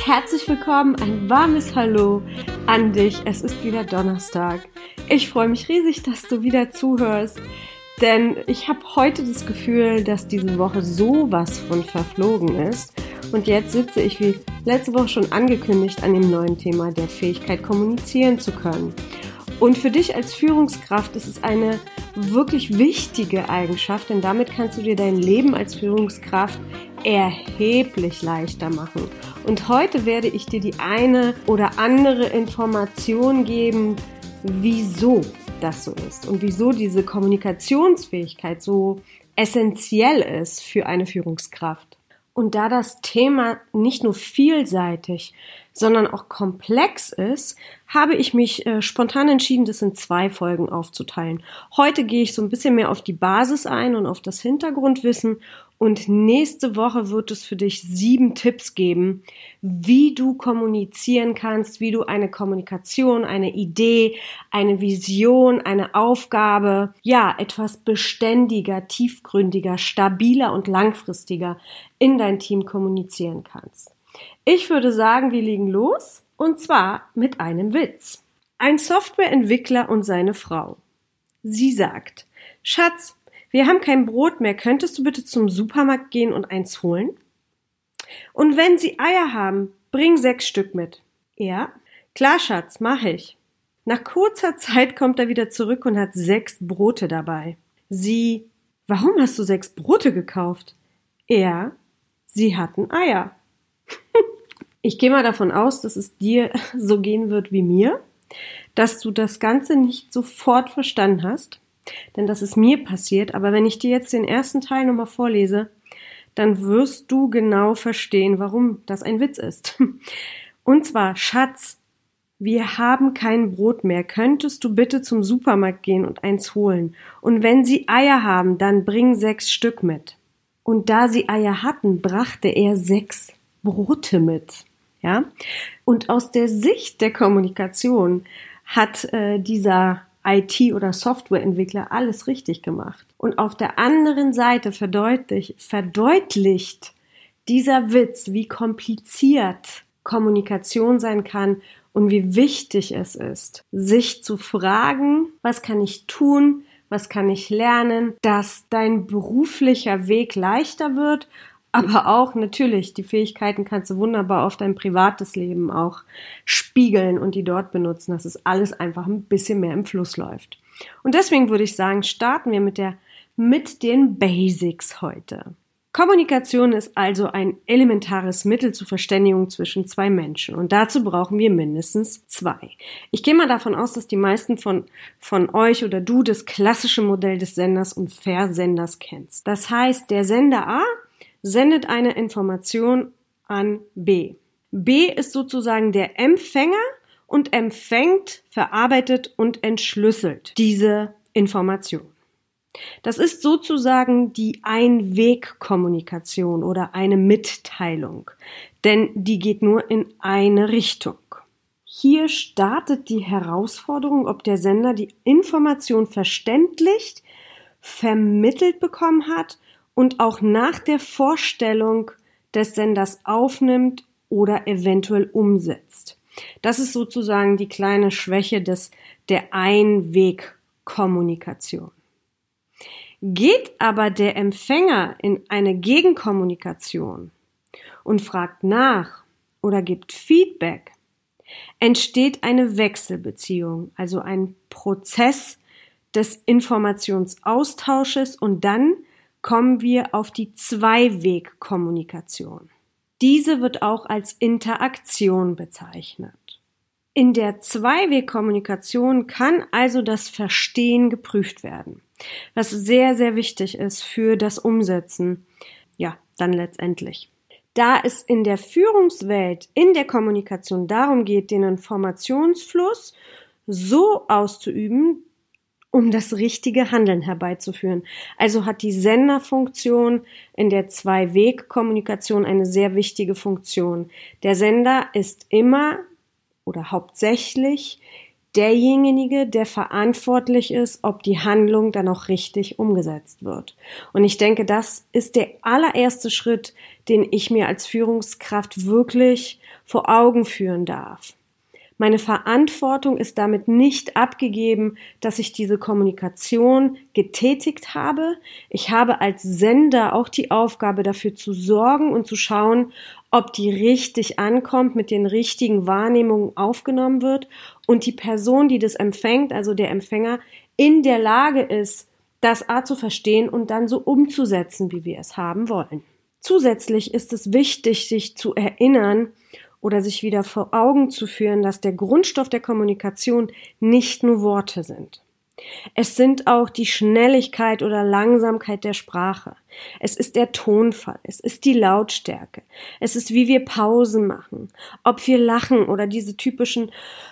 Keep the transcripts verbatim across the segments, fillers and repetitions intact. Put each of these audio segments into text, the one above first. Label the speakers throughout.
Speaker 1: Herzlich willkommen, ein warmes Hallo an dich. Es ist wieder Donnerstag. Ich freue mich riesig, dass du wieder zuhörst, denn ich habe heute das Gefühl, dass diese Woche sowas von verflogen ist. Und jetzt sitze ich, wie letzte Woche schon angekündigt, an dem neuen Thema der Fähigkeit, kommunizieren zu können. Und für dich als Führungskraft ist es eine wirklich wichtige Eigenschaft, denn damit kannst du dir dein Leben als Führungskraft erheblich leichter machen. Und heute werde ich dir die eine oder andere Information geben, wieso das so ist und wieso diese Kommunikationsfähigkeit so essentiell ist für eine Führungskraft. Und da das Thema nicht nur vielseitig, sondern auch komplex ist, habe ich mich äh, spontan entschieden, das in zwei Folgen aufzuteilen. Heute gehe ich so ein bisschen mehr auf die Basis ein und auf das Hintergrundwissen und nächste Woche wird es für dich sieben Tipps geben, wie du kommunizieren kannst, wie du eine Kommunikation, eine Idee, eine Vision, eine Aufgabe, ja, etwas beständiger, tiefgründiger, stabiler und langfristiger in dein Team kommunizieren kannst. Ich würde sagen, wir legen los, und zwar mit einem Witz. Ein Softwareentwickler und seine Frau. Sie sagt: Schatz, wir haben kein Brot mehr, könntest du bitte zum Supermarkt gehen und eins holen? Und wenn Sie Eier haben, bring sechs Stück mit. Ja, klar, Schatz, mach ich. Nach kurzer Zeit kommt er wieder zurück und hat sechs Brote dabei. Sie: Warum hast du sechs Brote gekauft? Er: Sie hatten Eier. Ich gehe mal davon aus, dass es dir so gehen wird wie mir, dass du das Ganze nicht sofort verstanden hast, denn das ist mir passiert. Aber wenn ich dir jetzt den ersten Teil nochmal vorlese, dann wirst du genau verstehen, warum das ein Witz ist. Und zwar: Schatz, wir haben kein Brot mehr. Könntest du bitte zum Supermarkt gehen und eins holen? Und wenn Sie Eier haben, dann bring sechs Stück mit. Und da sie Eier hatten, brachte er sechs Brote mit. Ja? Und aus der Sicht der Kommunikation hat äh, dieser I T- oder Softwareentwickler alles richtig gemacht. Und auf der anderen Seite verdeutlicht, verdeutlicht dieser Witz, wie kompliziert Kommunikation sein kann und wie wichtig es ist, sich zu fragen, was kann ich tun, was kann ich lernen, dass dein beruflicher Weg leichter wird, aber auch natürlich, die Fähigkeiten kannst du wunderbar auf dein privates Leben auch spiegeln und die dort benutzen, dass es alles einfach ein bisschen mehr im Fluss läuft. Und deswegen würde ich sagen, starten wir mit der, mit den Basics heute. Kommunikation ist also ein elementares Mittel zur Verständigung zwischen zwei Menschen und dazu brauchen wir mindestens zwei. Ich gehe mal davon aus, dass die meisten von, von euch oder du das klassische Modell des Senders und Versenders kennst. Das heißt, der Sender A sendet eine Information an B. B ist sozusagen der Empfänger und empfängt, verarbeitet und entschlüsselt diese Information. Das ist sozusagen die Einwegkommunikation oder eine Mitteilung, denn die geht nur in eine Richtung. Hier startet die Herausforderung, ob der Sender die Information verständlich vermittelt bekommen hat und auch nach der Vorstellung des Senders aufnimmt oder eventuell umsetzt. Das ist sozusagen die kleine Schwäche des, der Einwegkommunikation. Geht aber der Empfänger in eine Gegenkommunikation und fragt nach oder gibt Feedback, entsteht eine Wechselbeziehung, also ein Prozess des Informationsaustausches und dann kommen wir auf die Zweiwegkommunikation. Diese wird auch als Interaktion bezeichnet. In der Zweiwegkommunikation kann also das Verstehen geprüft werden, was sehr, sehr wichtig ist für das Umsetzen, ja, dann letztendlich. Da es in der Führungswelt, in der Kommunikation darum geht, den Informationsfluss so auszuüben, um das richtige Handeln herbeizuführen. Also hat die Senderfunktion in der Zwei-Weg-Kommunikation eine sehr wichtige Funktion. Der Sender ist immer oder hauptsächlich derjenige, der verantwortlich ist, ob die Handlung dann auch richtig umgesetzt wird. Und ich denke, das ist der allererste Schritt, den ich mir als Führungskraft wirklich vor Augen führen darf. Meine Verantwortung ist damit nicht abgegeben, dass ich diese Kommunikation getätigt habe. Ich habe als Sender auch die Aufgabe, dafür zu sorgen und zu schauen, ob die richtig ankommt, mit den richtigen Wahrnehmungen aufgenommen wird und die Person, die das empfängt, also der Empfänger, in der Lage ist, das A zu verstehen und dann so umzusetzen, wie wir es haben wollen. Zusätzlich ist es wichtig, sich zu erinnern, oder sich wieder vor Augen zu führen, dass der Grundstoff der Kommunikation nicht nur Worte sind. Es sind auch die Schnelligkeit oder Langsamkeit der Sprache. Es ist der Tonfall, es ist die Lautstärke, es ist, wie wir Pausen machen, ob wir lachen oder diese typischen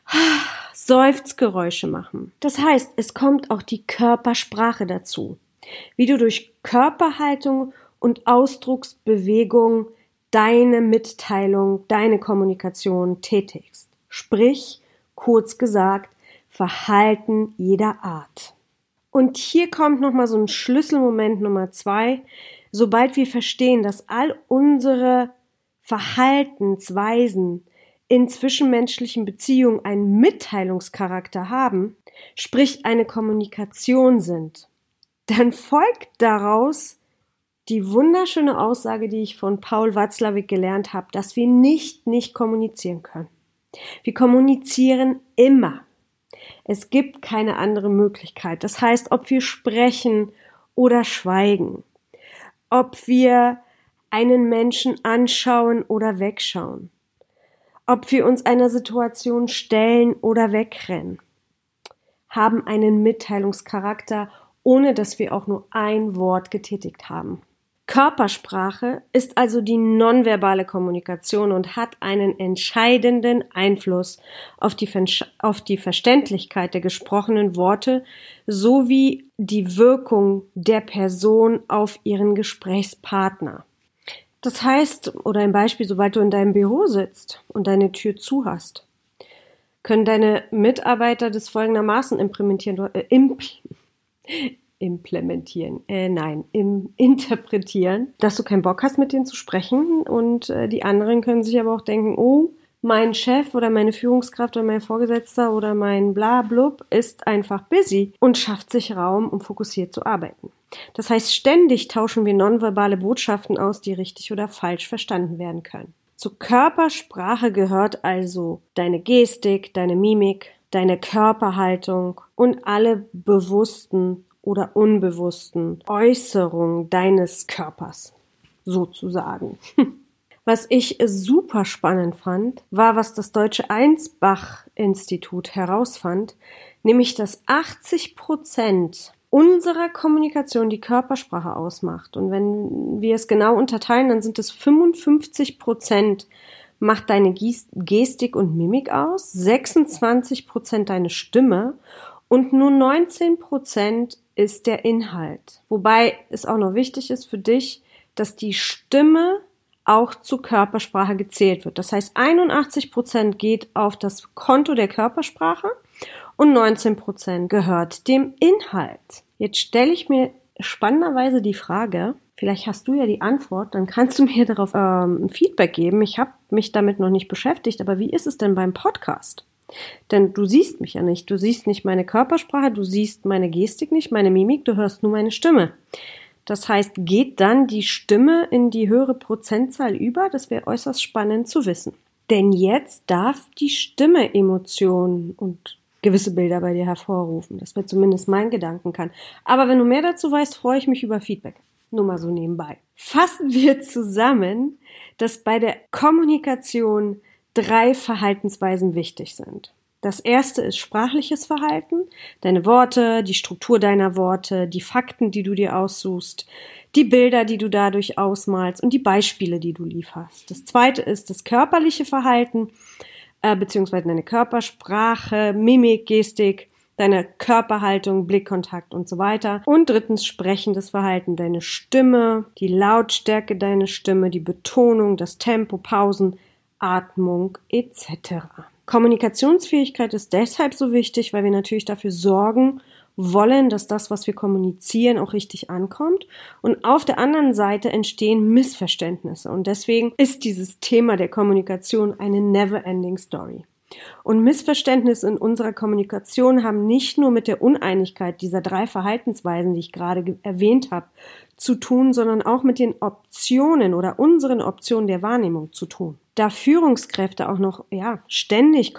Speaker 1: Seufzgeräusche machen. Das heißt, es kommt auch die Körpersprache dazu, wie du durch Körperhaltung und Ausdrucksbewegung deine Mitteilung, deine Kommunikation tätigst. Sprich, kurz gesagt, Verhalten jeder Art. Und hier kommt nochmal so ein Schlüsselmoment Nummer zwei. Sobald wir verstehen, dass all unsere Verhaltensweisen in zwischenmenschlichen Beziehungen einen Mitteilungscharakter haben, sprich eine Kommunikation sind, dann folgt daraus die wunderschöne Aussage, die ich von Paul Watzlawick gelernt habe, dass wir nicht nicht kommunizieren können. Wir kommunizieren immer. Es gibt keine andere Möglichkeit. Das heißt, ob wir sprechen oder schweigen, ob wir einen Menschen anschauen oder wegschauen, ob wir uns einer Situation stellen oder wegrennen, haben einen Mitteilungscharakter, ohne dass wir auch nur ein Wort getätigt haben. Körpersprache ist also die nonverbale Kommunikation und hat einen entscheidenden Einfluss auf die, auf die Verständlichkeit der gesprochenen Worte sowie die Wirkung der Person auf ihren Gesprächspartner. Das heißt, oder ein Beispiel, sobald du in deinem Büro sitzt und deine Tür zu hast, können deine Mitarbeiter das folgendermaßen implementieren, äh, imp implementieren, äh, nein, im, interpretieren, dass du keinen Bock hast, mit denen zu sprechen und äh, die anderen können sich aber auch denken, oh, mein Chef oder meine Führungskraft oder mein Vorgesetzter oder mein Blablub ist einfach busy und schafft sich Raum, um fokussiert zu arbeiten. Das heißt, ständig tauschen wir nonverbale Botschaften aus, die richtig oder falsch verstanden werden können. Zur Körpersprache gehört also deine Gestik, deine Mimik, deine Körperhaltung und alle bewussten oder unbewussten Äußerungen deines Körpers, sozusagen. Was ich super spannend fand, war, was das Deutsche Einsbach-Institut herausfand, nämlich, dass achtzig Prozent unserer Kommunikation die Körpersprache ausmacht. Und wenn wir es genau unterteilen, dann sind es fünfundfünfzig Prozent macht deine Gestik und Mimik aus, sechsundzwanzig Prozent deine Stimme und nur neunzehn Prozent ist der Inhalt. Wobei es auch noch wichtig ist für dich, dass die Stimme auch zur Körpersprache gezählt wird. Das heißt, einundachtzig Prozent geht auf das Konto der Körpersprache und neunzehn Prozent gehört dem Inhalt. Jetzt stelle ich mir spannenderweise die Frage, vielleicht hast du ja die Antwort, dann kannst du mir darauf ähm, ein Feedback geben. Ich habe mich damit noch nicht beschäftigt, aber wie ist es denn beim Podcast? Denn du siehst mich ja nicht, du siehst nicht meine Körpersprache, du siehst meine Gestik nicht, meine Mimik, du hörst nur meine Stimme. Das heißt, geht dann die Stimme in die höhere Prozentzahl über? Das wäre äußerst spannend zu wissen. Denn jetzt darf die Stimme Emotionen und gewisse Bilder bei dir hervorrufen. Das wäre zumindest mein Gedankengang. Aber wenn du mehr dazu weißt, freue ich mich über Feedback. Nur mal so nebenbei. Fassen wir zusammen, dass bei der Kommunikation drei Verhaltensweisen wichtig sind. Das erste ist sprachliches Verhalten, deine Worte, die Struktur deiner Worte, die Fakten, die du dir aussuchst, die Bilder, die du dadurch ausmalst und die Beispiele, die du lieferst. Das zweite ist das körperliche Verhalten, äh, beziehungsweise deine Körpersprache, Mimik, Gestik, deine Körperhaltung, Blickkontakt und so weiter. Und drittens sprechendes Verhalten, deine Stimme, die Lautstärke deiner Stimme, die Betonung, das Tempo, Pausen, Atmung et cetera. Kommunikationsfähigkeit ist deshalb so wichtig, weil wir natürlich dafür sorgen wollen, dass das, was wir kommunizieren, auch richtig ankommt. Und auf der anderen Seite entstehen Missverständnisse. Und deswegen ist dieses Thema der Kommunikation eine never-ending Story. Und Missverständnisse in unserer Kommunikation haben nicht nur mit der Uneinigkeit dieser drei Verhaltensweisen, die ich gerade ge- erwähnt habe, zu tun, sondern auch mit den Optionen oder unseren Optionen der Wahrnehmung zu tun. Da Führungskräfte auch noch ja, ständig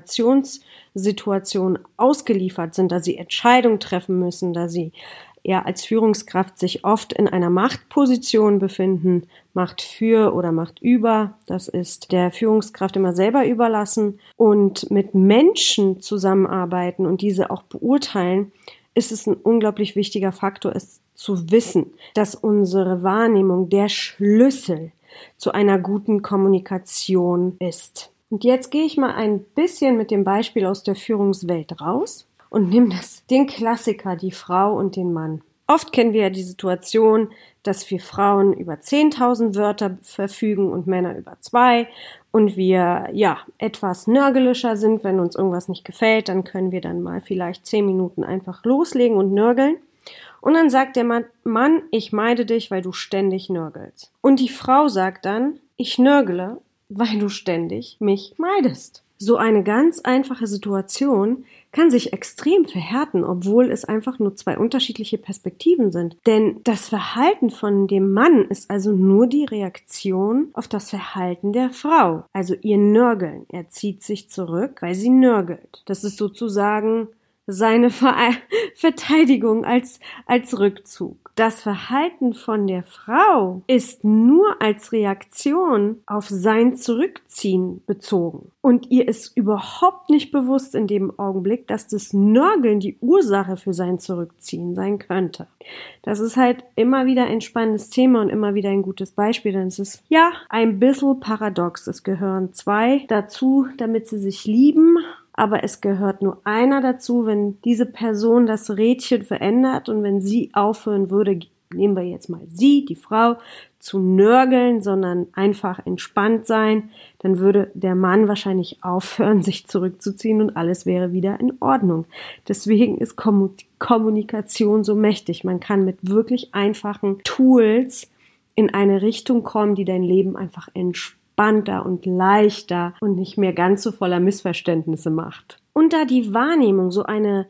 Speaker 1: Kommunikationssituationen ausgeliefert sind, da sie Entscheidungen treffen müssen, da sie ja als Führungskraft sich oft in einer Machtposition befinden, Macht für oder Macht über, das ist der Führungskraft immer selber überlassen, und mit Menschen zusammenarbeiten und diese auch beurteilen, ist es ein unglaublich wichtiger Faktor, es zu wissen, dass unsere Wahrnehmung der Schlüssel zu einer guten Kommunikation ist. Und jetzt gehe ich mal ein bisschen mit dem Beispiel aus der Führungswelt raus und nimm das, den Klassiker, die Frau und den Mann. Oft kennen wir ja die Situation, dass wir Frauen über zehntausend Wörter verfügen und Männer über zwei und wir, ja, etwas nörgelischer sind. Wenn uns irgendwas nicht gefällt, dann können wir dann mal vielleicht zehn Minuten einfach loslegen und nörgeln. Und dann sagt der Mann, Mann, ich meide dich, weil du ständig nörgelst. Und die Frau sagt dann, ich nörgele, weil du ständig mich meidest. So eine ganz einfache Situation kann sich extrem verhärten, obwohl es einfach nur zwei unterschiedliche Perspektiven sind. Denn das Verhalten von dem Mann ist also nur die Reaktion auf das Verhalten der Frau. Also ihr Nörgeln. Er zieht sich zurück, weil sie nörgelt. Das ist sozusagen seine Ver- Verteidigung als, als Rückzug. Das Verhalten von der Frau ist nur als Reaktion auf sein Zurückziehen bezogen. Und ihr ist überhaupt nicht bewusst in dem Augenblick, dass das Nörgeln die Ursache für sein Zurückziehen sein könnte. Das ist halt immer wieder ein spannendes Thema und immer wieder ein gutes Beispiel, denn es ist ja ein bisschen paradox. Es gehören zwei dazu, damit sie sich lieben. Aber es gehört nur einer dazu, wenn diese Person das Rädchen verändert und wenn sie aufhören würde, nehmen wir jetzt mal sie, die Frau, zu nörgeln, sondern einfach entspannt sein, dann würde der Mann wahrscheinlich aufhören, sich zurückzuziehen und alles wäre wieder in Ordnung. Deswegen ist Kommunikation so mächtig. Man kann mit wirklich einfachen Tools in eine Richtung kommen, die dein Leben einfach entspannt und leichter und nicht mehr ganz so voller Missverständnisse macht. Und da die Wahrnehmung so eine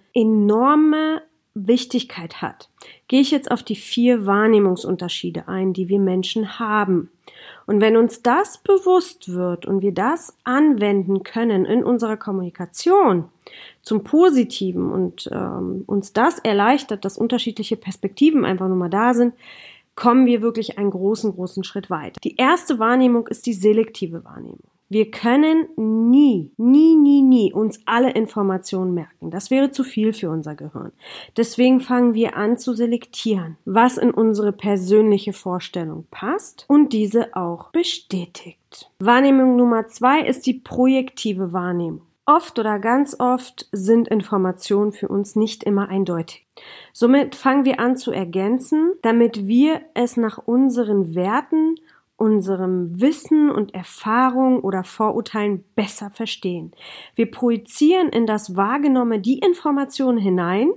Speaker 1: enorme Wichtigkeit hat, gehe ich jetzt auf die vier Wahrnehmungsunterschiede ein, die wir Menschen haben. Und wenn uns das bewusst wird und wir das anwenden können in unserer Kommunikation zum Positiven und ähm, uns das erleichtert, dass unterschiedliche Perspektiven einfach nur mal da sind, kommen wir wirklich einen großen, großen Schritt weiter. Die erste Wahrnehmung ist die selektive Wahrnehmung. Wir können nie, nie, nie, nie uns alle Informationen merken. Das wäre zu viel für unser Gehirn. Deswegen fangen wir an zu selektieren, was in unsere persönliche Vorstellung passt und diese auch bestätigt. Wahrnehmung Nummer zwei ist die projektive Wahrnehmung. Oft oder ganz oft sind Informationen für uns nicht immer eindeutig. Somit fangen wir an zu ergänzen, damit wir es nach unseren Werten, unserem Wissen und Erfahrung oder Vorurteilen besser verstehen. Wir projizieren in das Wahrgenommene die Informationen hinein,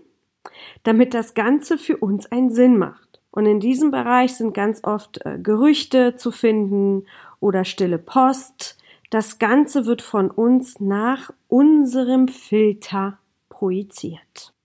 Speaker 1: damit das Ganze für uns einen Sinn macht. Und in diesem Bereich sind ganz oft äh, Gerüchte zu finden oder stille Post. Das Ganze wird von uns nach unserem Filter projiziert.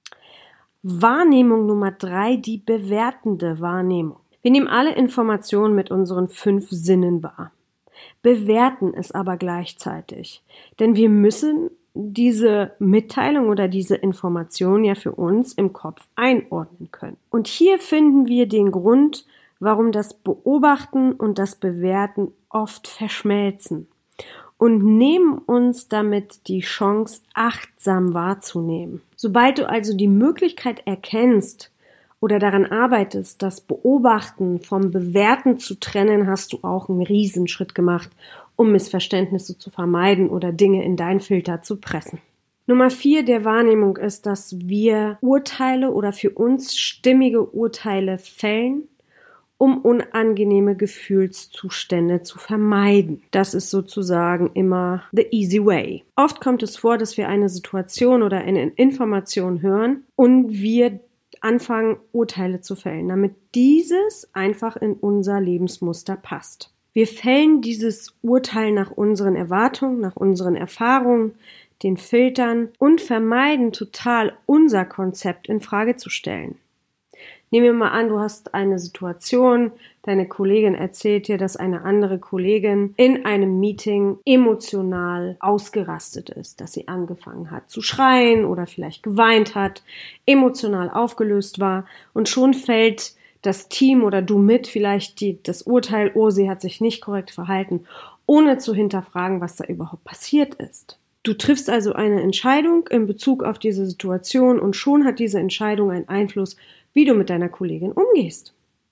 Speaker 1: Wahrnehmung Nummer drei, die bewertende Wahrnehmung. Wir nehmen alle Informationen mit unseren fünf Sinnen wahr. Bewerten es aber gleichzeitig, denn wir müssen diese Mitteilung oder diese Information ja für uns im Kopf einordnen können. Und hier finden wir den Grund, warum das Beobachten und das Bewerten oft verschmelzen. Und nehmen uns damit die Chance, achtsam wahrzunehmen. Sobald du also die Möglichkeit erkennst oder daran arbeitest, das Beobachten vom Bewerten zu trennen, hast du auch einen Riesenschritt gemacht, um Missverständnisse zu vermeiden oder Dinge in deinen Filter zu pressen. Nummer vier der Wahrnehmung ist, dass wir Urteile oder für uns stimmige Urteile fällen um unangenehme Gefühlszustände zu vermeiden. Das ist sozusagen immer the easy way. Oft kommt es vor, dass wir eine Situation oder eine Information hören und wir anfangen, Urteile zu fällen, damit dieses einfach in unser Lebensmuster passt. Wir fällen dieses Urteil nach unseren Erwartungen, nach unseren Erfahrungen, den Filtern und vermeiden total unser Konzept in Frage zu stellen. Nehmen wir mal an, du hast eine Situation, deine Kollegin erzählt dir, dass eine andere Kollegin in einem Meeting emotional ausgerastet ist, dass sie angefangen hat zu schreien oder vielleicht geweint hat, emotional aufgelöst war und schon fällt das Team oder du mit vielleicht die, das Urteil, oh, sie hat sich nicht korrekt verhalten, ohne zu hinterfragen, was da überhaupt passiert ist. Du triffst also eine Entscheidung in Bezug auf diese Situation und schon hat diese Entscheidung einen Einfluss, wie du mit deiner Kollegin umgehst.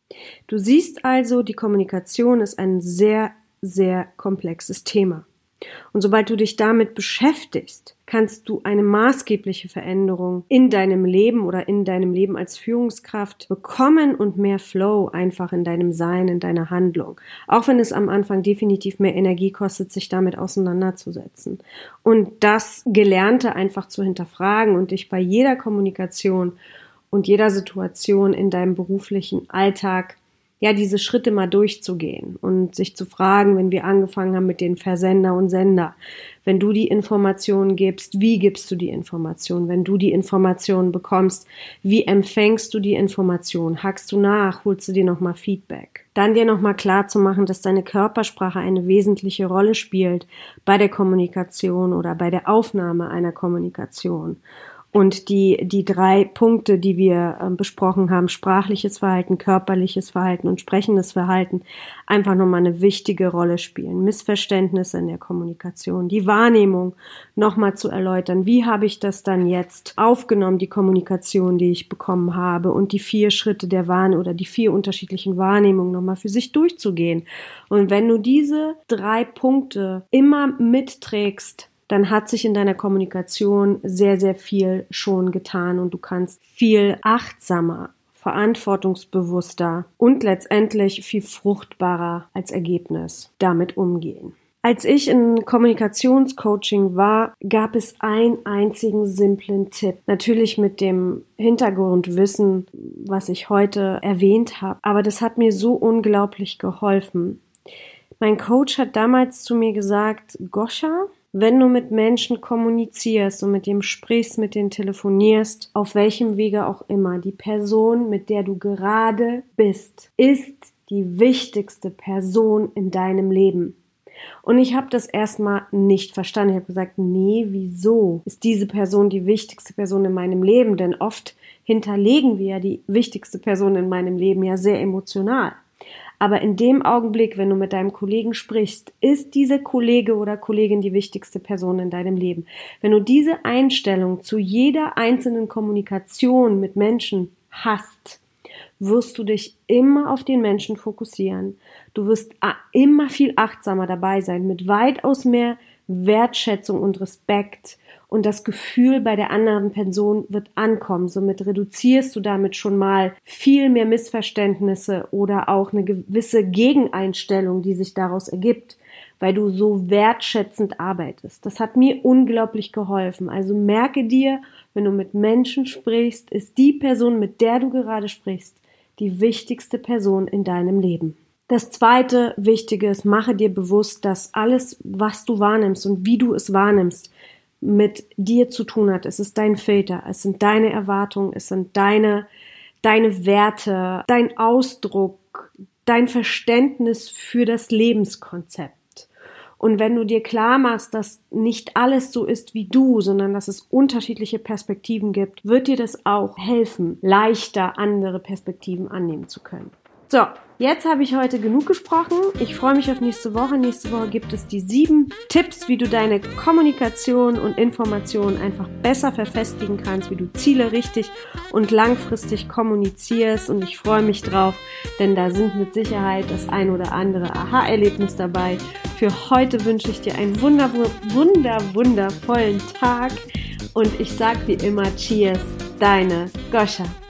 Speaker 1: Du siehst also, die Kommunikation ist ein sehr, sehr komplexes Thema. Und sobald du dich damit beschäftigst, kannst du eine maßgebliche Veränderung in deinem Leben oder in deinem Leben als Führungskraft bekommen und mehr Flow einfach in deinem Sein, in deiner Handlung. Auch wenn es am Anfang definitiv mehr Energie kostet, sich damit auseinanderzusetzen. Und das Gelernte einfach zu hinterfragen und dich bei jeder Kommunikation und jeder Situation in deinem beruflichen Alltag, ja, diese Schritte mal durchzugehen und sich zu fragen, wenn wir angefangen haben mit den Versender und Sender, wenn du die Informationen gibst, wie gibst du die Informationen? Wenn du die Informationen bekommst, wie empfängst du die Informationen? Hackst du nach? Holst du dir nochmal Feedback? Dann dir nochmal klar zu machen, dass deine Körpersprache eine wesentliche Rolle spielt bei der Kommunikation oder bei der Aufnahme einer Kommunikation. Und die, die drei Punkte, die wir äh, besprochen haben, sprachliches Verhalten, körperliches Verhalten und sprechendes Verhalten, einfach nochmal eine wichtige Rolle spielen. Missverständnisse in der Kommunikation, die Wahrnehmung nochmal zu erläutern. Wie habe ich das dann jetzt aufgenommen, die Kommunikation, die ich bekommen habe und die vier Schritte der Wahrnehmung oder die vier unterschiedlichen Wahrnehmungen nochmal für sich durchzugehen. Und wenn du diese drei Punkte immer mitträgst, dann hat sich in deiner Kommunikation sehr, sehr viel schon getan und du kannst viel achtsamer, verantwortungsbewusster und letztendlich viel fruchtbarer als Ergebnis damit umgehen. Als ich in Kommunikationscoaching war, gab es einen einzigen simplen Tipp. Natürlich mit dem Hintergrundwissen, was ich heute erwähnt habe, aber das hat mir so unglaublich geholfen. Mein Coach hat damals zu mir gesagt, Goscha, wenn du mit Menschen kommunizierst und mit dem sprichst, mit denen telefonierst, auf welchem Wege auch immer, die Person, mit der du gerade bist, ist die wichtigste Person in deinem Leben. Und ich habe das erstmal nicht verstanden. Ich habe gesagt, nee, wieso ist diese Person die wichtigste Person in meinem Leben? Denn oft hinterlegen wir ja die wichtigste Person in meinem Leben ja sehr emotional. Aber in dem Augenblick, wenn du mit deinem Kollegen sprichst, ist diese Kollege oder Kollegin die wichtigste Person in deinem Leben. Wenn du diese Einstellung zu jeder einzelnen Kommunikation mit Menschen hast, wirst du dich immer auf den Menschen fokussieren. Du wirst immer viel achtsamer dabei sein, mit weitaus mehr Wertschätzung und Respekt. Und das Gefühl bei der anderen Person wird ankommen. Somit reduzierst du damit schon mal viel mehr Missverständnisse oder auch eine gewisse Gegeneinstellung, die sich daraus ergibt, weil du so wertschätzend arbeitest. Das hat mir unglaublich geholfen. Also merke dir, wenn du mit Menschen sprichst, ist die Person, mit der du gerade sprichst, die wichtigste Person in deinem Leben. Das zweite Wichtige ist, mache dir bewusst, dass alles, was du wahrnimmst und wie du es wahrnimmst, mit dir zu tun hat. Es ist dein Filter, es sind deine Erwartungen, es sind deine, deine Werte, dein Ausdruck, dein Verständnis für das Lebenskonzept. Und wenn du dir klar machst, dass nicht alles so ist wie du, sondern dass es unterschiedliche Perspektiven gibt, wird dir das auch helfen, leichter andere Perspektiven annehmen zu können. So, jetzt habe ich heute genug gesprochen. Ich freue mich auf nächste Woche. Nächste Woche gibt es die sieben Tipps, wie du deine Kommunikation und Information einfach besser verfestigen kannst, wie du Ziele richtig und langfristig kommunizierst. Und ich freue mich drauf, denn da sind mit Sicherheit das ein oder andere Aha-Erlebnis dabei. Für heute wünsche ich dir einen wunder, wunder, wundervollen Tag. Und ich sage wie immer, Cheers, deine Goscha.